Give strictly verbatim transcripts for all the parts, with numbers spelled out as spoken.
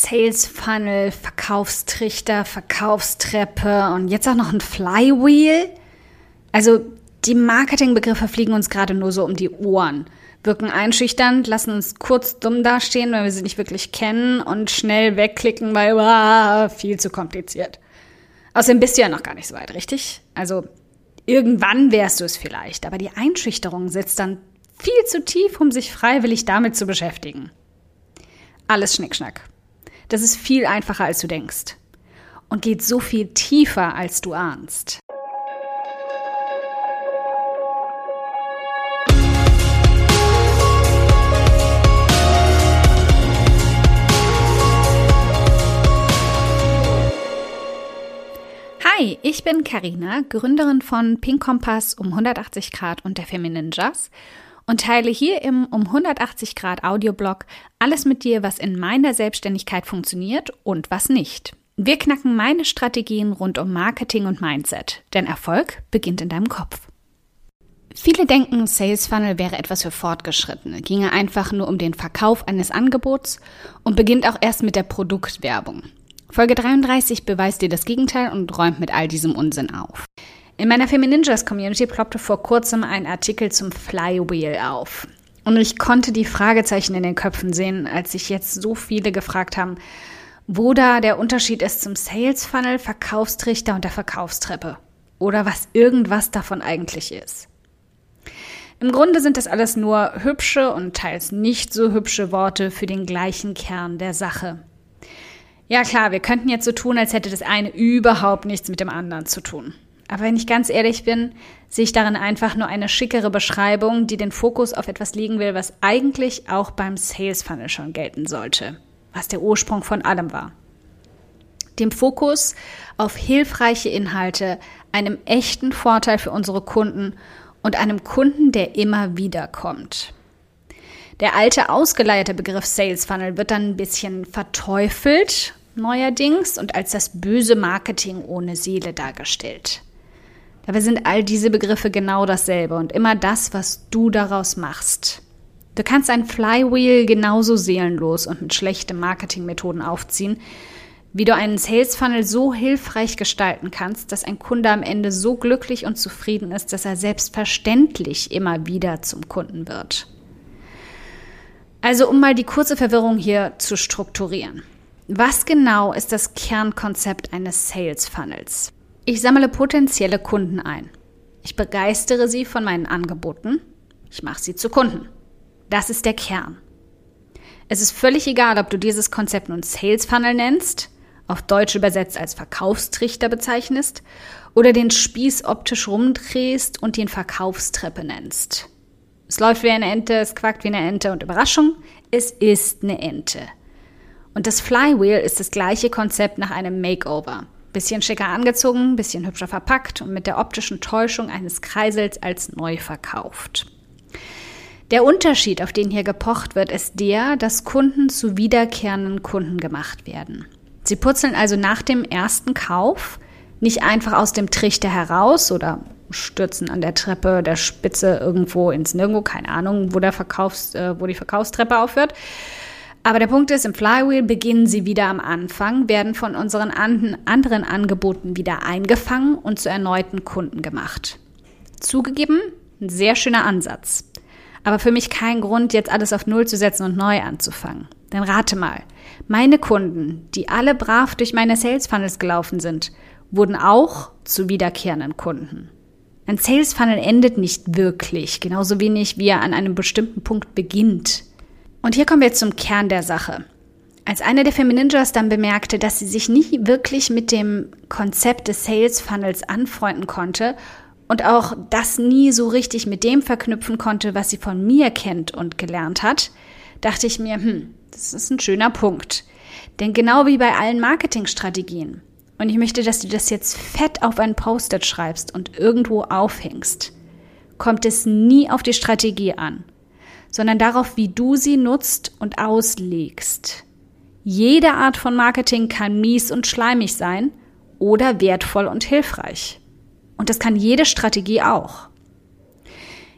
Sales Funnel, Verkaufstrichter, Verkaufstreppe und jetzt auch noch ein Flywheel. Also die Marketingbegriffe fliegen uns gerade nur so um die Ohren, wirken einschüchternd, lassen uns kurz dumm dastehen, weil wir sie nicht wirklich kennen und schnell wegklicken, weil wow, viel zu kompliziert. Außerdem bist du ja noch gar nicht so weit, richtig? Also irgendwann wärst du es vielleicht, aber die Einschüchterung sitzt dann viel zu tief, um sich freiwillig damit zu beschäftigen. Alles Schnickschnack. Das ist viel einfacher, als du denkst und geht so viel tiefer, als du ahnst. Hi, ich bin Carina, Gründerin von Pink Kompass um hundertachtzig Grad und der Femininjas und teile hier im um hundertachtzig Grad Audioblog alles mit dir, was in meiner Selbstständigkeit funktioniert und was nicht. Wir knacken meine Strategien rund um Marketing und Mindset, denn Erfolg beginnt in deinem Kopf. Viele denken, Sales Funnel wäre etwas für Fortgeschrittene, ginge einfach nur um den Verkauf eines Angebots und beginnt auch erst mit der Produktwerbung. Folge dreiunddreißig beweist dir das Gegenteil und räumt mit all diesem Unsinn auf. In meiner Femininjas-Community ploppte vor kurzem ein Artikel zum Flywheel auf. Und ich konnte die Fragezeichen in den Köpfen sehen, als sich jetzt so viele gefragt haben, wo da der Unterschied ist zum Sales Funnel, Verkaufstrichter und der Verkaufstreppe. Oder was irgendwas davon eigentlich ist. Im Grunde sind das alles nur hübsche und teils nicht so hübsche Worte für den gleichen Kern der Sache. Ja klar, wir könnten jetzt so tun, als hätte das eine überhaupt nichts mit dem anderen zu tun. Aber wenn ich ganz ehrlich bin, sehe ich darin einfach nur eine schickere Beschreibung, die den Fokus auf etwas legen will, was eigentlich auch beim Sales Funnel schon gelten sollte, was der Ursprung von allem war. Dem Fokus auf hilfreiche Inhalte, einem echten Vorteil für unsere Kunden und einem Kunden, der immer wieder kommt. Der alte, ausgeleierte Begriff Sales Funnel wird dann ein bisschen verteufelt, neuerdings, und als das böse Marketing ohne Seele dargestellt. Dabei sind all diese Begriffe genau dasselbe und immer das, was du daraus machst. Du kannst ein Flywheel genauso seelenlos und mit schlechten Marketingmethoden aufziehen, wie du einen Sales Funnel so hilfreich gestalten kannst, dass ein Kunde am Ende so glücklich und zufrieden ist, dass er selbstverständlich immer wieder zum Kunden wird. Also um mal die kurze Verwirrung hier zu strukturieren. Was genau ist das Kernkonzept eines Sales Funnels? Ich sammle potenzielle Kunden ein. Ich begeistere sie von meinen Angeboten. Ich mache sie zu Kunden. Das ist der Kern. Es ist völlig egal, ob du dieses Konzept nun Sales Funnel nennst, auf Deutsch übersetzt als Verkaufstrichter bezeichnest oder den Spieß optisch rumdrehst und ihn Verkaufstreppe nennst. Es läuft wie eine Ente, es quackt wie eine Ente und Überraschung, es ist eine Ente. Und das Flywheel ist das gleiche Konzept nach einem Makeover. Bisschen schicker angezogen, bisschen hübscher verpackt und mit der optischen Täuschung eines Kreisels als neu verkauft. Der Unterschied, auf den hier gepocht wird, ist der, dass Kunden zu wiederkehrenden Kunden gemacht werden. Sie purzeln also nach dem ersten Kauf nicht einfach aus dem Trichter heraus oder stürzen an der Treppe der Spitze irgendwo ins Nirgendwo, keine Ahnung, wo, der Verkaufs-, äh, wo die Verkaufstreppe aufhört. Aber der Punkt ist, im Flywheel beginnen sie wieder am Anfang, werden von unseren an- anderen Angeboten wieder eingefangen und zu erneuten Kunden gemacht. Zugegeben, ein sehr schöner Ansatz. Aber für mich kein Grund, jetzt alles auf Null zu setzen und neu anzufangen. Denn rate mal, meine Kunden, die alle brav durch meine Sales Funnels gelaufen sind, wurden auch zu wiederkehrenden Kunden. Ein Sales Funnel endet nicht wirklich, genauso wenig wie er an einem bestimmten Punkt beginnt. Und hier kommen wir jetzt zum Kern der Sache. Als eine der Femininjas dann bemerkte, dass sie sich nie wirklich mit dem Konzept des Sales Funnels anfreunden konnte und auch das nie so richtig mit dem verknüpfen konnte, was sie von mir kennt und gelernt hat, dachte ich mir, hm, das ist ein schöner Punkt. Denn genau wie bei allen Marketingstrategien, und ich möchte, dass du das jetzt fett auf ein Post-it schreibst und irgendwo aufhängst, kommt es nie auf die Strategie an, sondern darauf, wie du sie nutzt und auslegst. Jede Art von Marketing kann mies und schleimig sein oder wertvoll und hilfreich. Und das kann jede Strategie auch.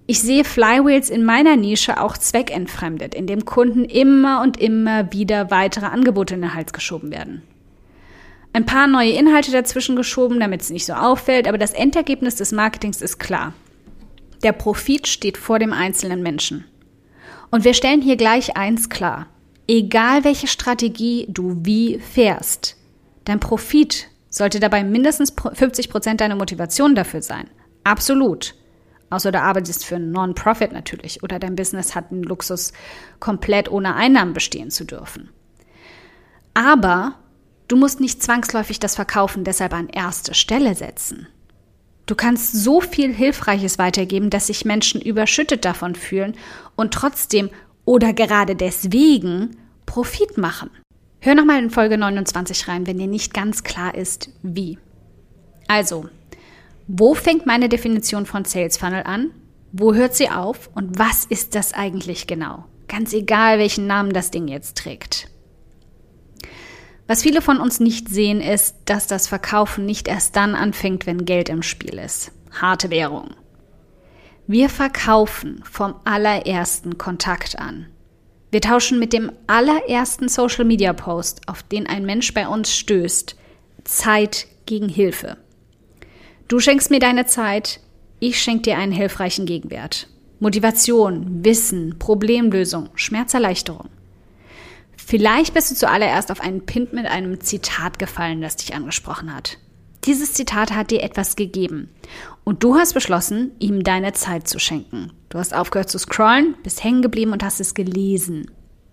Ich sehe Flywheels in meiner Nische auch zweckentfremdet, indem Kunden immer und immer wieder weitere Angebote in den Hals geschoben werden. Ein paar neue Inhalte dazwischen geschoben, damit es nicht so auffällt, aber das Endergebnis des Marketings ist klar. Der Profit steht vor dem einzelnen Menschen. Und wir stellen hier gleich eins klar. Egal welche Strategie du wie fährst, dein Profit sollte dabei mindestens fünfzig Prozent deiner Motivation dafür sein. Absolut. Außer du arbeitest für einen Non-Profit natürlich oder dein Business hat einen Luxus, komplett ohne Einnahmen bestehen zu dürfen. Aber du musst nicht zwangsläufig das Verkaufen deshalb an erste Stelle setzen. Du kannst so viel Hilfreiches weitergeben, dass sich Menschen überschüttet davon fühlen und trotzdem oder gerade deswegen Profit machen. Hör nochmal in Folge neunundzwanzig rein, wenn dir nicht ganz klar ist, wie. Also, wo fängt meine Definition von Sales Funnel an? Wo hört sie auf? Und was ist das eigentlich genau? Ganz egal, welchen Namen das Ding jetzt trägt. Was viele von uns nicht sehen, ist, dass das Verkaufen nicht erst dann anfängt, wenn Geld im Spiel ist. Harte Währung. Wir verkaufen vom allerersten Kontakt an. Wir tauschen mit dem allerersten Social-Media-Post, auf den ein Mensch bei uns stößt, Zeit gegen Hilfe. Du schenkst mir deine Zeit, ich schenke dir einen hilfreichen Gegenwert. Motivation, Wissen, Problemlösung, Schmerzerleichterung. Vielleicht bist du zuallererst auf einen Pin mit einem Zitat gefallen, das dich angesprochen hat. Dieses Zitat hat dir etwas gegeben und du hast beschlossen, ihm deine Zeit zu schenken. Du hast aufgehört zu scrollen, bist hängen geblieben und hast es gelesen.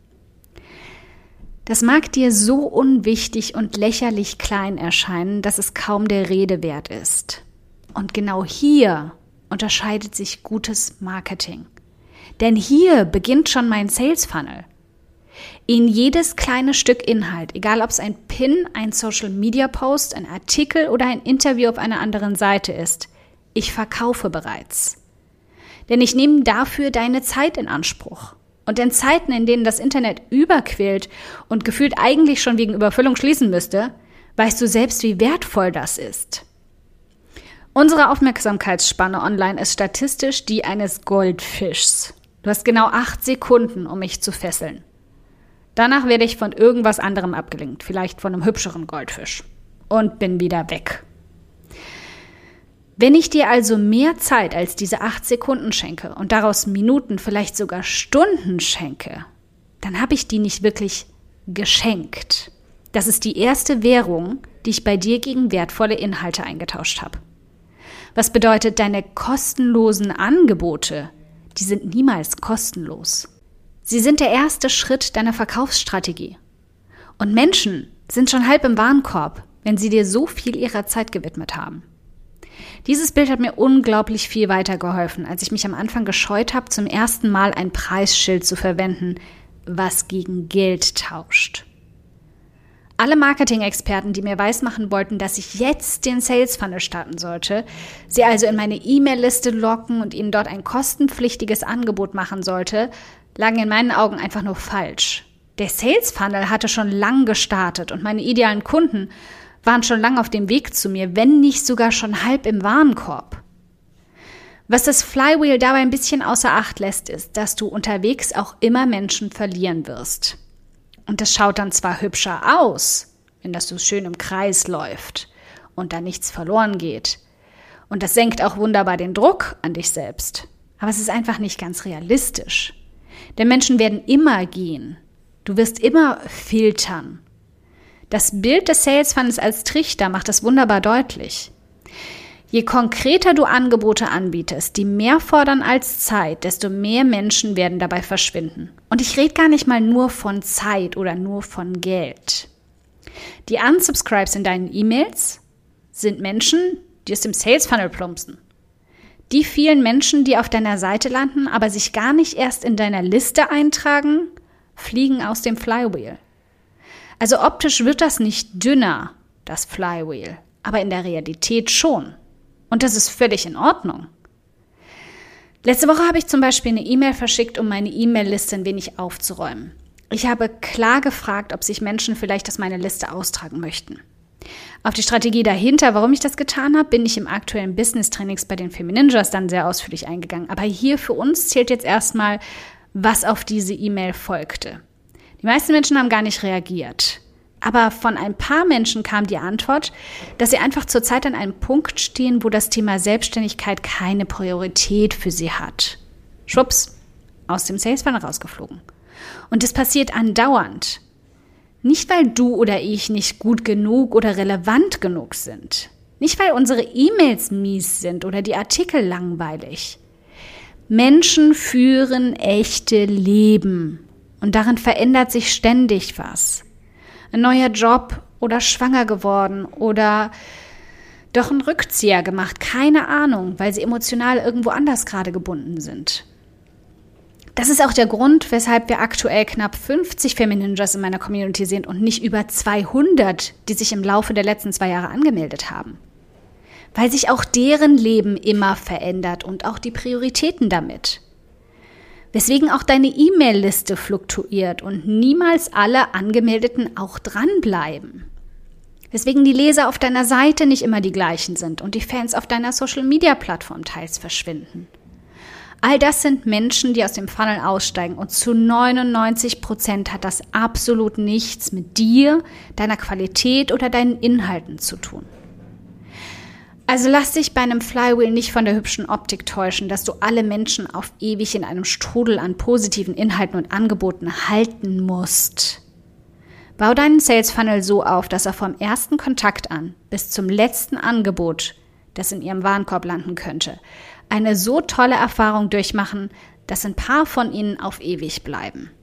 Das mag dir so unwichtig und lächerlich klein erscheinen, dass es kaum der Rede wert ist. Und genau hier unterscheidet sich gutes Marketing. Denn hier beginnt schon mein Sales Funnel. In jedes kleine Stück Inhalt, egal ob es ein Pin, ein Social-Media-Post, ein Artikel oder ein Interview auf einer anderen Seite ist, ich verkaufe bereits. Denn ich nehme dafür deine Zeit in Anspruch. Und in Zeiten, in denen das Internet überquillt und gefühlt eigentlich schon wegen Überfüllung schließen müsste, weißt du selbst, wie wertvoll das ist. Unsere Aufmerksamkeitsspanne online ist statistisch die eines Goldfischs. Du hast genau acht Sekunden, um mich zu fesseln. Danach werde ich von irgendwas anderem abgelenkt, vielleicht von einem hübscheren Goldfisch. Und bin wieder weg. Wenn ich dir also mehr Zeit als diese acht Sekunden schenke und daraus Minuten, vielleicht sogar Stunden schenke, dann habe ich die nicht wirklich geschenkt. Das ist die erste Währung, die ich bei dir gegen wertvolle Inhalte eingetauscht habe. Was bedeutet, deine kostenlosen Angebote, die sind niemals kostenlos. Sie sind der erste Schritt deiner Verkaufsstrategie. Und Menschen sind schon halb im Warenkorb, wenn sie dir so viel ihrer Zeit gewidmet haben. Dieses Bild hat mir unglaublich viel weitergeholfen, als ich mich am Anfang gescheut habe, zum ersten Mal ein Preisschild zu verwenden, was gegen Geld tauscht. Alle Marketing-Experten, die mir weismachen wollten, dass ich jetzt den Sales Funnel starten sollte, sie also in meine E-Mail-Liste locken und ihnen dort ein kostenpflichtiges Angebot machen sollte, lagen in meinen Augen einfach nur falsch. Der Sales Funnel hatte schon lang gestartet und meine idealen Kunden waren schon lange auf dem Weg zu mir, wenn nicht sogar schon halb im Warenkorb. Was das Flywheel dabei ein bisschen außer Acht lässt, ist, dass du unterwegs auch immer Menschen verlieren wirst. Und das schaut dann zwar hübscher aus, wenn das so schön im Kreis läuft und da nichts verloren geht. Und das senkt auch wunderbar den Druck an dich selbst. Aber es ist einfach nicht ganz realistisch. Denn Menschen werden immer gehen. Du wirst immer filtern. Das Bild des Sales Funnels als Trichter macht das wunderbar deutlich. Je konkreter du Angebote anbietest, die mehr fordern als Zeit, desto mehr Menschen werden dabei verschwinden. Und ich rede gar nicht mal nur von Zeit oder nur von Geld. Die Unsubscribes in deinen E-Mails sind Menschen, die aus dem Sales Funnel plumpsen. Die vielen Menschen, die auf deiner Seite landen, aber sich gar nicht erst in deiner Liste eintragen, fliegen aus dem Flywheel. Also optisch wird das nicht dünner, das Flywheel, aber in der Realität schon. Und das ist völlig in Ordnung. Letzte Woche habe ich zum Beispiel eine E-Mail verschickt, um meine E-Mail-Liste ein wenig aufzuräumen. Ich habe klar gefragt, ob sich Menschen vielleicht aus meiner Liste austragen möchten. Auf die Strategie dahinter, warum ich das getan habe, bin ich im aktuellen Business-Trainings bei den Femininjas dann sehr ausführlich eingegangen. Aber hier für uns zählt jetzt erstmal, was auf diese E-Mail folgte. Die meisten Menschen haben gar nicht reagiert. Aber von ein paar Menschen kam die Antwort, dass sie einfach zurzeit an einem Punkt stehen, wo das Thema Selbstständigkeit keine Priorität für sie hat. Schwupps, aus dem Sales Funnel rausgeflogen. Und das passiert andauernd. Nicht, weil du oder ich nicht gut genug oder relevant genug sind. Nicht, weil unsere E-Mails mies sind oder die Artikel langweilig. Menschen führen echte Leben. Und darin verändert sich ständig was. Ein neuer Job oder schwanger geworden oder doch einen Rückzieher gemacht, keine Ahnung, weil sie emotional irgendwo anders gerade gebunden sind. Das ist auch der Grund, weshalb wir aktuell knapp fünfzig Femininjas in meiner Community sind und nicht über zweihundert, die sich im Laufe der letzten zwei Jahre angemeldet haben. Weil sich auch deren Leben immer verändert und auch die Prioritäten damit. Weswegen auch deine E-Mail-Liste fluktuiert und niemals alle Angemeldeten auch dranbleiben. Weswegen die Leser auf deiner Seite nicht immer die gleichen sind und die Fans auf deiner Social-Media-Plattform teils verschwinden. All das sind Menschen, die aus dem Funnel aussteigen und zu neunundneunzig Prozent hat das absolut nichts mit dir, deiner Qualität oder deinen Inhalten zu tun. Also lass dich bei einem Flywheel nicht von der hübschen Optik täuschen, dass du alle Menschen auf ewig in einem Strudel an positiven Inhalten und Angeboten halten musst. Bau deinen Sales Funnel so auf, dass er vom ersten Kontakt an bis zum letzten Angebot, das in ihrem Warenkorb landen könnte, eine so tolle Erfahrung durchmachen, dass ein paar von ihnen auf ewig bleiben.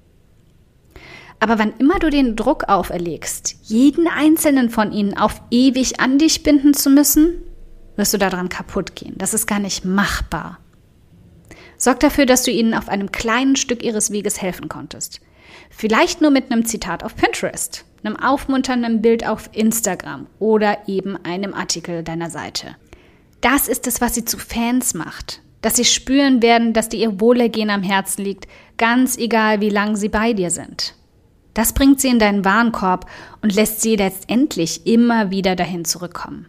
Aber wann immer du den Druck auferlegst, jeden einzelnen von ihnen auf ewig an dich binden zu müssen, wirst du daran kaputt gehen. Das ist gar nicht machbar. Sorg dafür, dass du ihnen auf einem kleinen Stück ihres Weges helfen konntest. Vielleicht nur mit einem Zitat auf Pinterest, einem aufmunternden Bild auf Instagram oder eben einem Artikel deiner Seite. Das ist es, was sie zu Fans macht. Dass sie spüren werden, dass dir ihr Wohlergehen am Herzen liegt, ganz egal, wie lange sie bei dir sind. Das bringt sie in deinen Warenkorb und lässt sie letztendlich immer wieder dahin zurückkommen.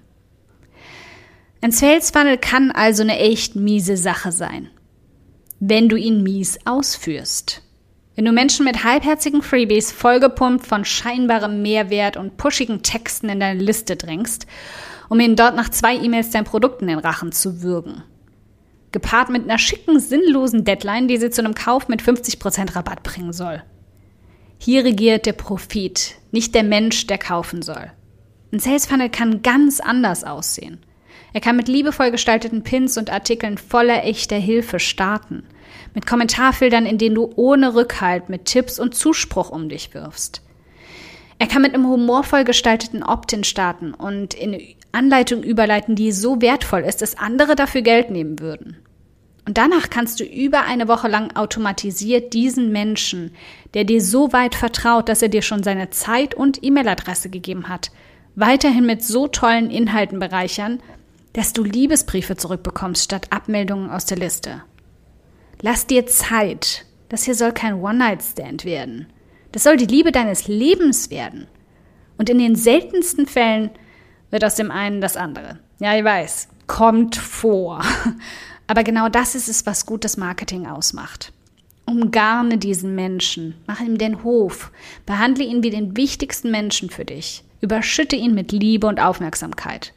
Ein Sales Funnel kann also eine echt miese Sache sein, wenn du ihn mies ausführst. Wenn du Menschen mit halbherzigen Freebies vollgepumpt von scheinbarem Mehrwert und pushigen Texten in deine Liste drängst, um ihnen dort nach zwei E-Mails dein Produkt in den Rachen zu würgen. Gepaart mit einer schicken, sinnlosen Deadline, die sie zu einem Kauf mit fünfzig Prozent Rabatt bringen soll. Hier regiert der Profit, nicht der Mensch, der kaufen soll. Ein Sales Funnel kann ganz anders aussehen. Er kann mit liebevoll gestalteten Pins und Artikeln voller echter Hilfe starten. Mit Kommentarfeldern, in denen du ohne Rückhalt mit Tipps und Zuspruch um dich wirfst. Er kann mit einem humorvoll gestalteten Opt-in starten und in Anleitung überleiten, die so wertvoll ist, dass andere dafür Geld nehmen würden. Und danach kannst du über eine Woche lang automatisiert diesen Menschen, der dir so weit vertraut, dass er dir schon seine Zeit und E-Mail-Adresse gegeben hat, weiterhin mit so tollen Inhalten bereichern, dass du Liebesbriefe zurückbekommst statt Abmeldungen aus der Liste. Lass dir Zeit. Das hier soll kein One-Night-Stand werden. Das soll die Liebe deines Lebens werden. Und in den seltensten Fällen wird aus dem einen das andere. Ja, ich weiß, kommt vor. Aber genau das ist es, was gutes Marketing ausmacht. Umgarne diesen Menschen, mach ihm den Hof, behandle ihn wie den wichtigsten Menschen für dich, überschütte ihn mit Liebe und Aufmerksamkeit.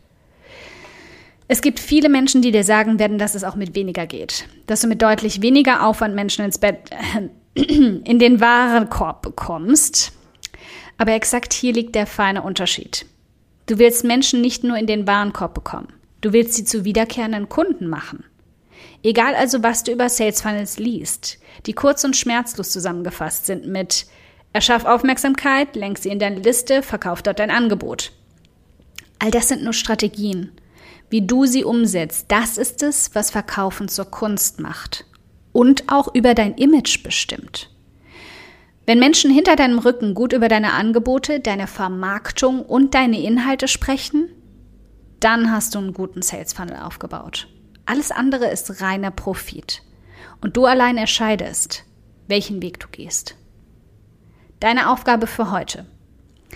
Es gibt viele Menschen, die dir sagen werden, dass es auch mit weniger geht. Dass du mit deutlich weniger Aufwand Menschen ins Bett, äh, in den Warenkorb bekommst. Aber exakt hier liegt der feine Unterschied. Du willst Menschen nicht nur in den Warenkorb bekommen. Du willst sie zu wiederkehrenden Kunden machen. Egal also, was du über Sales Funnels liest, die kurz und schmerzlos zusammengefasst sind mit erschaff Aufmerksamkeit, lenk sie in deine Liste, verkauf dort dein Angebot. All das sind nur Strategien. Wie du sie umsetzt, das ist es, was Verkaufen zur Kunst macht und auch über dein Image bestimmt. Wenn Menschen hinter deinem Rücken gut über deine Angebote, deine Vermarktung und deine Inhalte sprechen, dann hast du einen guten Sales Funnel aufgebaut. Alles andere ist reiner Profit und du allein entscheidest, welchen Weg du gehst. Deine Aufgabe für heute.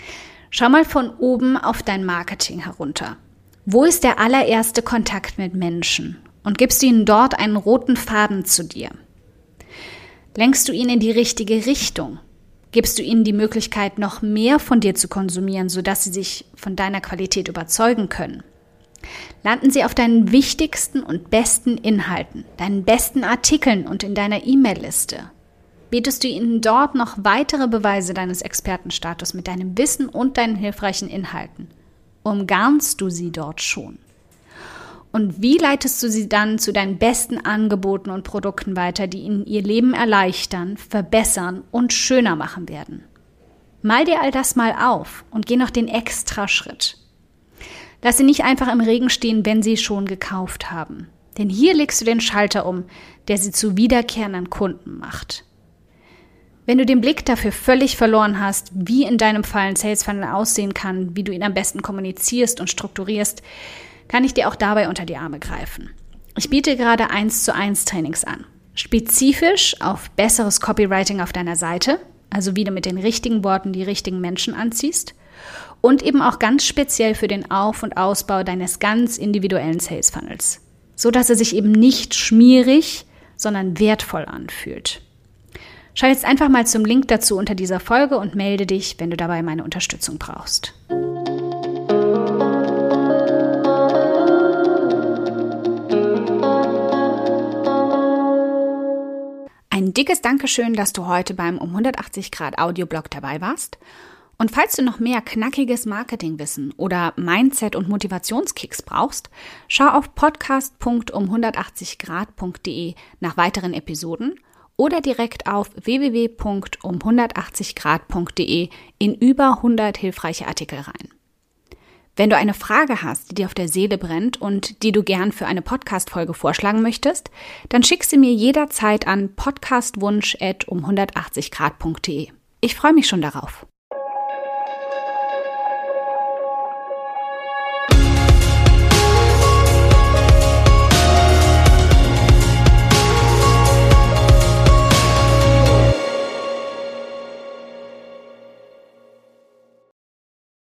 Schau mal von oben auf dein Marketing herunter. Wo ist der allererste Kontakt mit Menschen? Und gibst du ihnen dort einen roten Faden zu dir? Lenkst du ihn in die richtige Richtung? Gibst du ihnen die Möglichkeit, noch mehr von dir zu konsumieren, sodass sie sich von deiner Qualität überzeugen können? Landen sie auf deinen wichtigsten und besten Inhalten, deinen besten Artikeln und in deiner E-Mail-Liste? Bietest du ihnen dort noch weitere Beweise deines Expertenstatus mit deinem Wissen und deinen hilfreichen Inhalten? Umgarnst du sie dort schon? Und wie leitest du sie dann zu deinen besten Angeboten und Produkten weiter, die ihnen ihr Leben erleichtern, verbessern und schöner machen werden? Mal dir all das mal auf und geh noch den Extraschritt. Lass sie nicht einfach im Regen stehen, wenn sie schon gekauft haben. Denn hier legst du den Schalter um, der sie zu wiederkehrenden Kunden macht. Wenn du den Blick dafür völlig verloren hast, wie in deinem Fall ein Sales Funnel aussehen kann, wie du ihn am besten kommunizierst und strukturierst, kann ich dir auch dabei unter die Arme greifen. Ich biete gerade eins zu eins Trainings an. Spezifisch auf besseres Copywriting auf deiner Seite, also wie du mit den richtigen Worten die richtigen Menschen anziehst, und eben auch ganz speziell für den Auf- und Ausbau deines ganz individuellen Sales Funnels, so dass er sich eben nicht schmierig, sondern wertvoll anfühlt. Schau jetzt einfach mal zum Link dazu unter dieser Folge und melde dich, wenn du dabei meine Unterstützung brauchst. Ein dickes Dankeschön, dass du heute beim um hundertachtzig Grad Audioblog dabei warst. Und falls du noch mehr knackiges Marketingwissen oder Mindset- und Motivationskicks brauchst, schau auf podcast punkt um hundertachtzig grad punkt de nach weiteren Episoden oder direkt auf w w w punkt um hundertachtzig grad punkt de in über hundert hilfreiche Artikel rein. Wenn du eine Frage hast, die dir auf der Seele brennt und die du gern für eine Podcast-Folge vorschlagen möchtest, dann schick sie mir jederzeit an podcastwunsch at um hundertachtzig grad punkt de. Ich freue mich schon darauf.